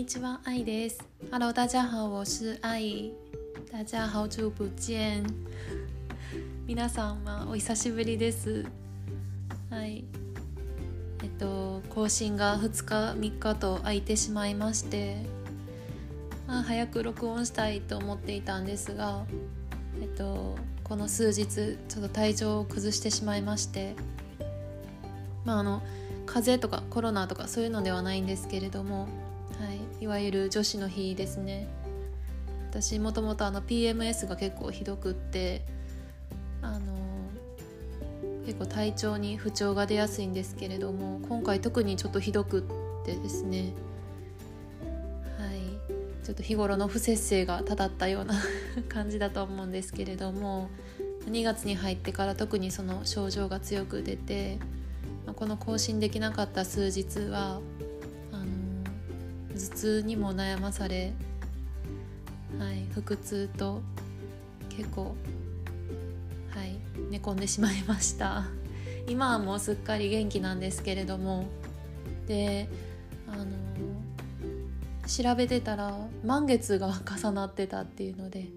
ちは、愛です。Hello， 大家好，我是愛。大家好久不見。皆さんはお久しぶりです。はい。更新が2日3日と空いてしまいまして、早く録音したいと思っていたんですが、この数日ちょっと体調を崩してしまいまして、風邪とかコロナとかそういうのではないんですけれども、いわゆる女子の日ですね。私もともとPMS が結構ひどくって、結構体調に不調が出やすいんですけれども、今回特にちょっとひどくってですね、ちょっと日頃の不摂生がたたったような感じだと思うんですけれども、2月に入ってから特にその症状が強く出て、この更新できなかった数日は頭痛にも悩まされ、腹痛と結構、寝込んでしまいました。今はもうすっかり元気なんですけれども、で調べてたら満月が重なってたっていうので、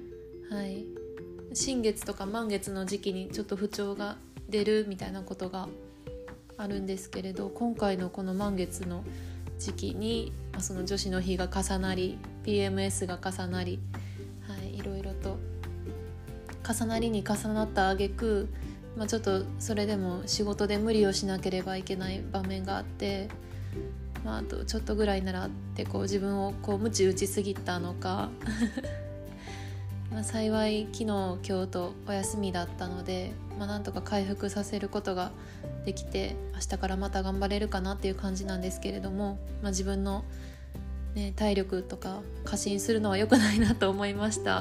新月とか満月の時期にちょっと不調が出るみたいなことがあるんですけれど、今回のこの満月の時期にその女子の日が重なり PMS が重なり、いろいろと重なりに重なった挙句、ちょっとそれでも仕事で無理をしなければいけない場面があって、あとちょっとぐらいならって自分を鞭打ちすぎたのか幸い昨日今日とお休みだったので、なんとか回復させることができて、明日からまた頑張れるかなっていう感じなんですけれども、自分の、体力とか過信するのは良くないなと思いました。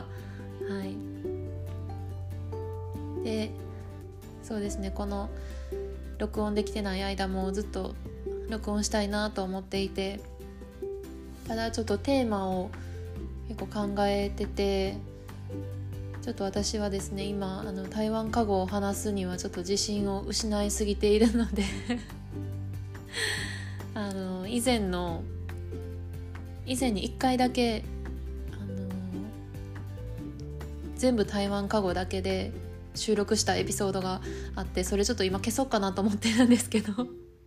で、そうですね、この録音できてない間もずっと録音したいなと思っていて、ただちょっとテーマを結構考えてて、ちょっと私はですね、今台湾華語を話すにはちょっと自信を失いすぎているので以前に1回だけ全部台湾華語だけで収録したエピソードがあって、それちょっと今消そうかなと思ってるんですけど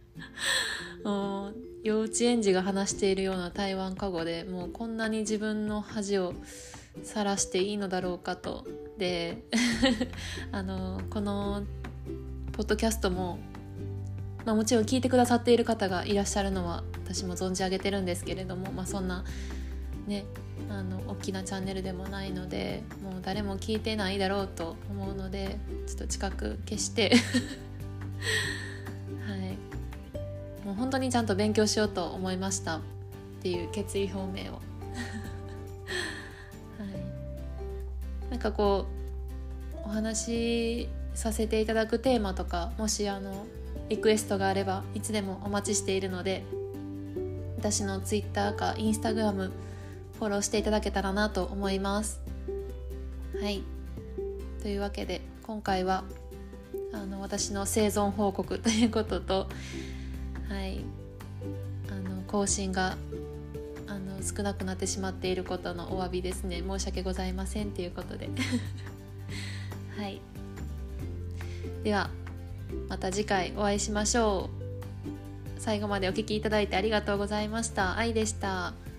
幼稚園児が話しているような台湾華語で、もうこんなに自分の恥を晒していいのだろうかと。でこのポッドキャストも、もちろん聞いてくださっている方がいらっしゃるのは私も存じ上げてるんですけれども、そんなね大きなチャンネルでもないので、もう誰も聞いてないだろうと思うので、ちょっと近く消してもう本当にちゃんと勉強しようと思いましたっていう決意表明をなんかお話しさせていただくテーマとか、もしリクエストがあればいつでもお待ちしているので、私の Twitter か Instagram フォローしていただけたらなと思います。というわけで今回は私の生存報告ということと、更新が少なくなってしまっていることのお詫びですね。申し訳ございませんということでではまた次回お会いしましょう。最後までお聞きいただいてありがとうございました。愛でした。